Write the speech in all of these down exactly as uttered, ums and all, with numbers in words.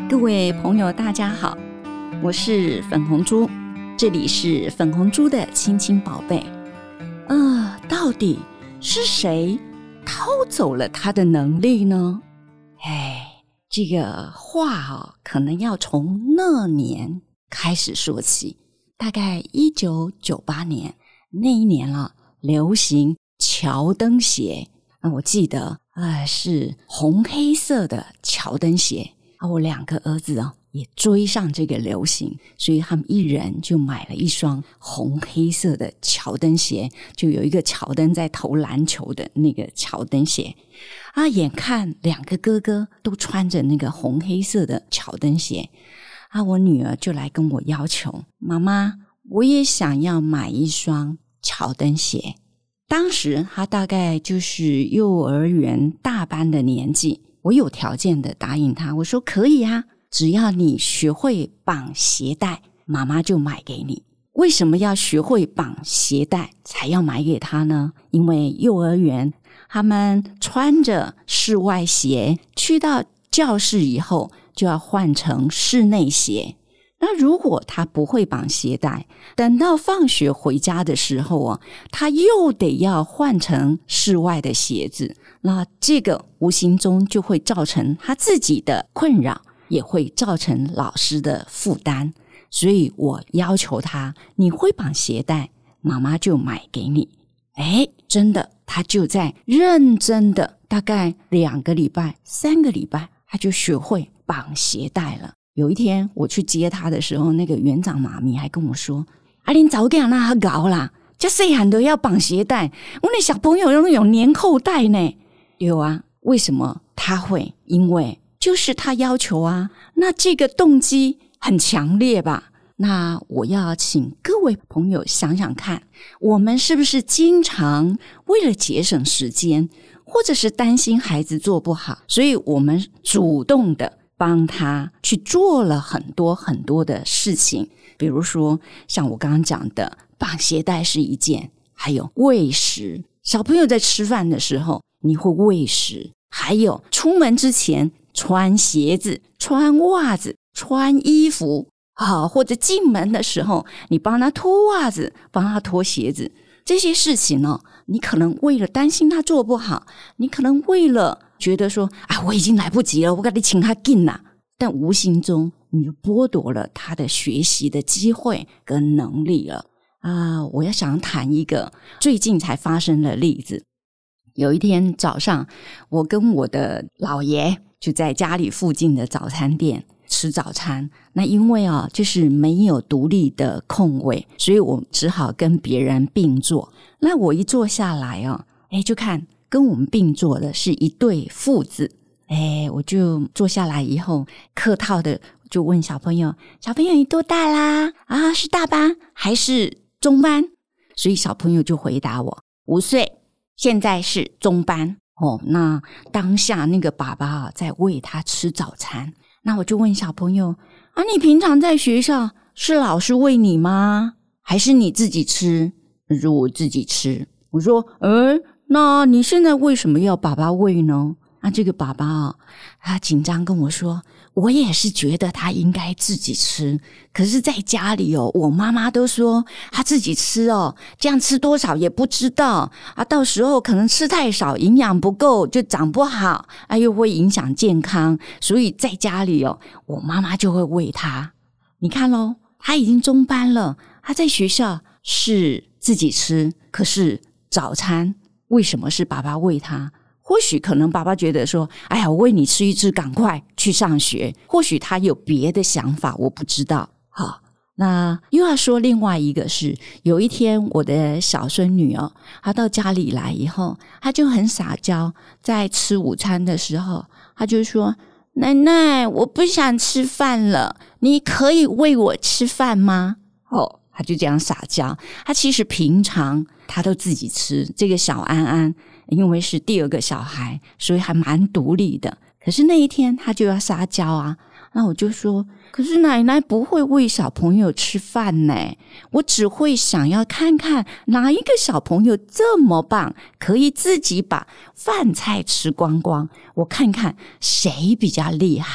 各位朋友大家好，我是粉红猪，这里是粉红猪的亲亲宝贝。呃，到底是谁偷走了他的能力呢？哎，这个话哦，可能要从那年开始说起。大概一九九八年那一年了，流行乔登鞋。那我记得呃，是红黑色的乔登鞋啊，我两个儿子哦也追上这个流行，所以他们一人就买了一双红黑色的乔登鞋，就有一个乔登在投篮球的那个乔登鞋啊。眼看两个哥哥都穿着那个红黑色的乔登鞋啊，我女儿就来跟我要求，妈妈，我也想要买一双乔登鞋。当时她大概就是幼儿园大班的年纪，我有条件的答应她，我说可以啊，只要你学会绑鞋带，妈妈就买给你。为什么要学会绑鞋带才要买给她呢？因为幼儿园他们穿着室外鞋去到教室以后就要换成室内鞋，那如果他不会绑鞋带，等到放学回家的时候啊，他又得要换成室外的鞋子，那这个无形中就会造成他自己的困扰，也会造成老师的负担。所以我要求他，你会绑鞋带，妈妈就买给你。诶，真的，他就在认真的大概两个礼拜三个礼拜他就学会绑鞋带了。有一天我去接他的时候，那个园长妈咪还跟我说，啊，你早给他那搞啦，这细汉都要绑鞋带，我那小朋友都有粘扣带呢。有啊，为什么他会？因为就是他要求啊，那这个动机很强烈吧。那我要请各位朋友想想看，我们是不是经常为了节省时间，或者是担心孩子做不好，所以我们主动的帮他去做了很多很多的事情。比如说像我刚刚讲的绑鞋带是一件，还有喂食，小朋友在吃饭的时候你会喂食，还有出门之前穿鞋子穿袜子穿衣服啊，或者进门的时候你帮他脱袜子帮他脱鞋子，这些事情呢，你可能为了担心他做不好，你可能为了觉得说啊，我已经来不及了，我给你请他进啦，但无形中你就剥夺了他的学习的机会跟能力了啊！我要想谈一个最近才发生的例子。有一天早上，我跟我的姥爷就在家里附近的早餐店吃早餐，那因为啊，就是没有独立的空位，所以我只好跟别人并坐。那我一坐下来啊，诶，就看跟我们并坐的是一对父子。诶，我就坐下来以后，客套的就问小朋友，小朋友你多大啦？啊，是大班还是中班？所以小朋友就回答我，五岁，现在是中班。哦，那当下那个爸爸啊，在喂他吃早餐。那我就问小朋友啊，你平常在学校是老师喂你吗？还是你自己吃？他说我自己吃。我说呃，那你现在为什么要爸爸喂呢？那这个爸爸啊，他紧张跟我说，我也是觉得他应该自己吃，可是在家里哦，我妈妈都说他自己吃哦，这样吃多少也不知道啊，到时候可能吃太少，营养不够就长不好啊，又会影响健康，所以在家里哦，我妈妈就会喂他。你看咯，他已经中班了，他在学校是自己吃，可是早餐为什么是爸爸喂他？或许可能爸爸觉得说，哎呀，我喂你吃一吃，赶快去上学。或许他有别的想法，我不知道。好，那又要说另外一个是，有一天我的小孙女哦，她到家里来以后，她就很撒娇，在吃午餐的时候，她就说，奶奶，我不想吃饭了，你可以喂我吃饭吗？哦，她就这样撒娇。她其实平常她都自己吃，这个小安安因为是第二个小孩，所以还蛮独立的。可是那一天他就要撒娇啊，那我就说，可是奶奶不会喂小朋友吃饭呢，我只会想要看看哪一个小朋友这么棒，可以自己把饭菜吃光光，我看看谁比较厉害。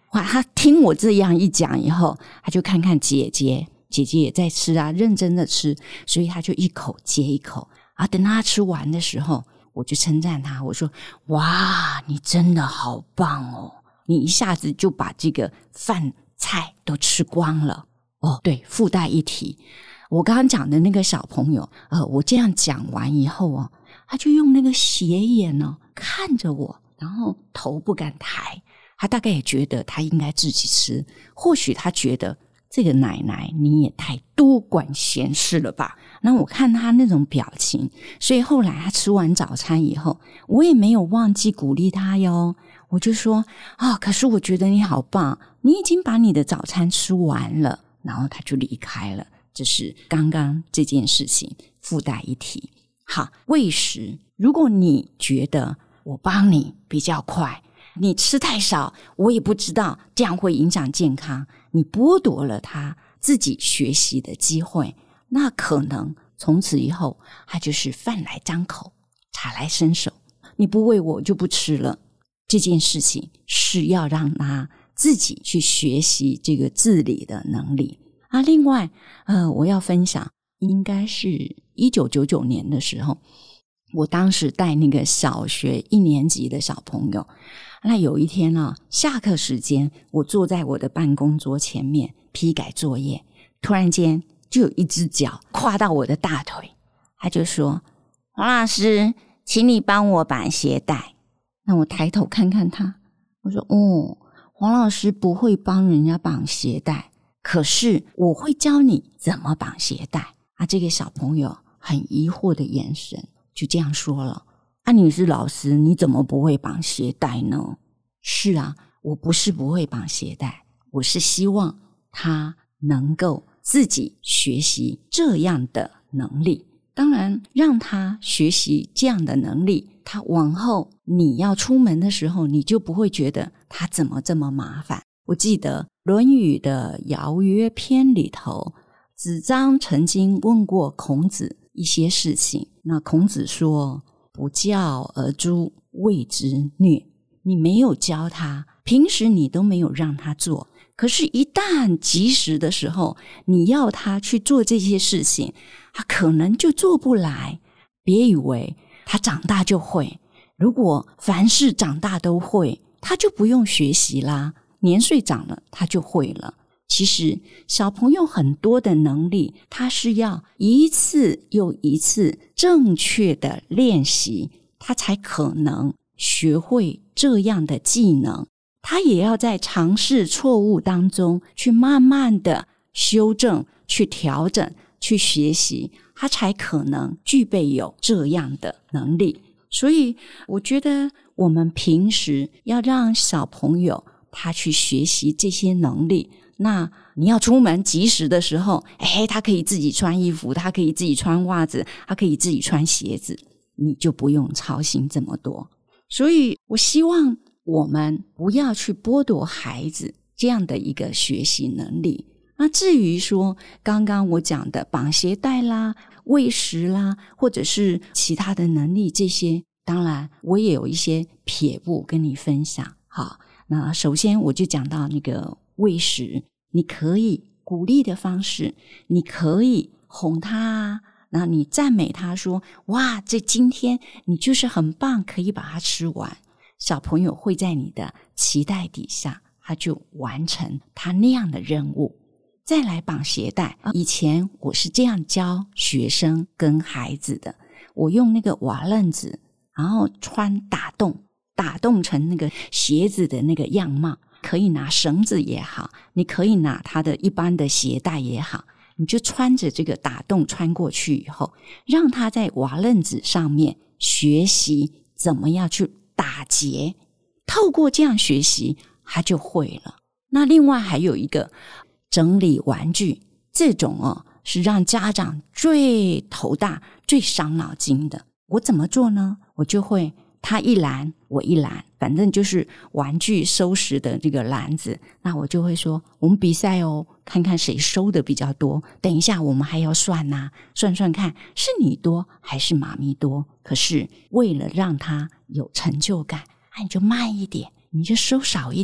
哇，他听我这样一讲以后，他就看看姐姐，姐姐也在吃啊，认真的吃，所以他就一口接一口啊。等他吃完的时候，我就称赞他，我说：哇，你真的好棒哦，你一下子就把这个饭菜都吃光了哦。对，附带一提，我刚刚讲的那个小朋友，呃，我这样讲完以后哦，他就用那个斜眼呢看着我，然后头不敢抬。他大概也觉得他应该自己吃，或许他觉得这个奶奶你也太多管闲事了吧。那我看他那种表情，所以后来他吃完早餐以后，我也没有忘记鼓励他哟。我就说啊，可是我觉得你好棒，你已经把你的早餐吃完了。然后他就离开了。这是刚刚这件事情附带一提。好，喂食，如果你觉得我帮你比较快，你吃太少，我也不知道这样会影响健康，你剥夺了他自己学习的机会，那可能从此以后他就是饭来张口，茶来伸手，你不喂我就不吃了。这件事情是要让他自己去学习这个自理的能力啊。另外呃，我要分享，应该是一九九九年的时候，我当时带那个小学一年级的小朋友，那有一天啊，下课时间，我坐在我的办公桌前面批改作业，突然间就有一只脚跨到我的大腿，他就说：黄老师，请你帮我绑鞋带。那我抬头看看他，我说：哦，黄老师不会帮人家绑鞋带，可是我会教你怎么绑鞋带啊。这个小朋友很疑惑的眼神就这样说了：啊，你是老师，你怎么不会绑鞋带呢？是啊，我不是不会绑鞋带，我是希望他能够自己学习这样的能力。当然，让他学习这样的能力，他往后你要出门的时候，你就不会觉得他怎么这么麻烦。我记得《论语》的尧曰篇里头，子张曾经问过孔子一些事情，那孔子说：不教而诛，谓之虐。你没有教他，平时你都没有让他做，可是一旦及时的时候，你要他去做这些事情，他可能就做不来。别以为他长大就会，如果凡事长大都会，他就不用学习啦，年岁长了他就会了。其实小朋友很多的能力，他是要一次又一次正确的练习，他才可能学会这样的技能。他也要在尝试错误当中去慢慢的修正，去调整，去学习，他才可能具备有这样的能力。所以我觉得我们平时要让小朋友他去学习这些能力，那你要出门及时的时候，诶，他可以自己穿衣服，他可以自己穿袜子，他可以自己穿鞋子，你就不用操心这么多。所以我希望我们不要去剥夺孩子这样的一个学习能力。那至于说刚刚我讲的绑鞋带啦、喂食啦，或者是其他的能力，这些当然我也有一些撇步跟你分享。好，那首先我就讲到那个喂食，你可以鼓励的方式，你可以哄他啊，然后你赞美他说：哇，这今天你就是很棒，可以把它吃完。小朋友会在你的期待底下，他就完成他那样的任务。再来绑鞋带，以前我是这样教学生跟孩子的，我用那个瓦楞子，然后穿打洞，打洞成那个鞋子的那个样貌，可以拿绳子也好，你可以拿它的一般的鞋带也好，你就穿着这个打洞穿过去以后，让他在瓦楞子上面学习怎么样去打结，透过这样学习他就会了。那另外还有一个整理玩具，这种哦是让家长最头大最伤脑筋的。我怎么做呢？我就会他一篮我一篮，反正就是玩具收拾的这个篮子，那我就会说我们比赛哦，看看谁收的比较多，等一下我们还要算啊，算算看是你多还是妈咪多。可是为了让他有成就感，那你就慢一点，你就收少一点，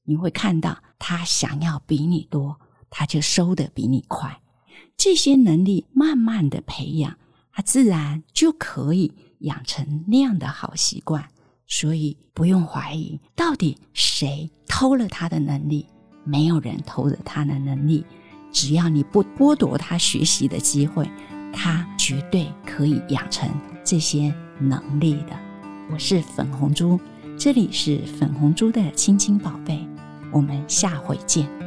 你会看到他想要比你多，他就收得比你快。这些能力慢慢的培养，他自然就可以养成那样的好习惯。所以不用怀疑到底谁偷了他的能力，没有人偷了他的能力，只要你不剥夺他学习的机会，他绝对可以养成这些能力的。我是粉红猪，这里是粉红猪的亲亲宝贝，我们下回见。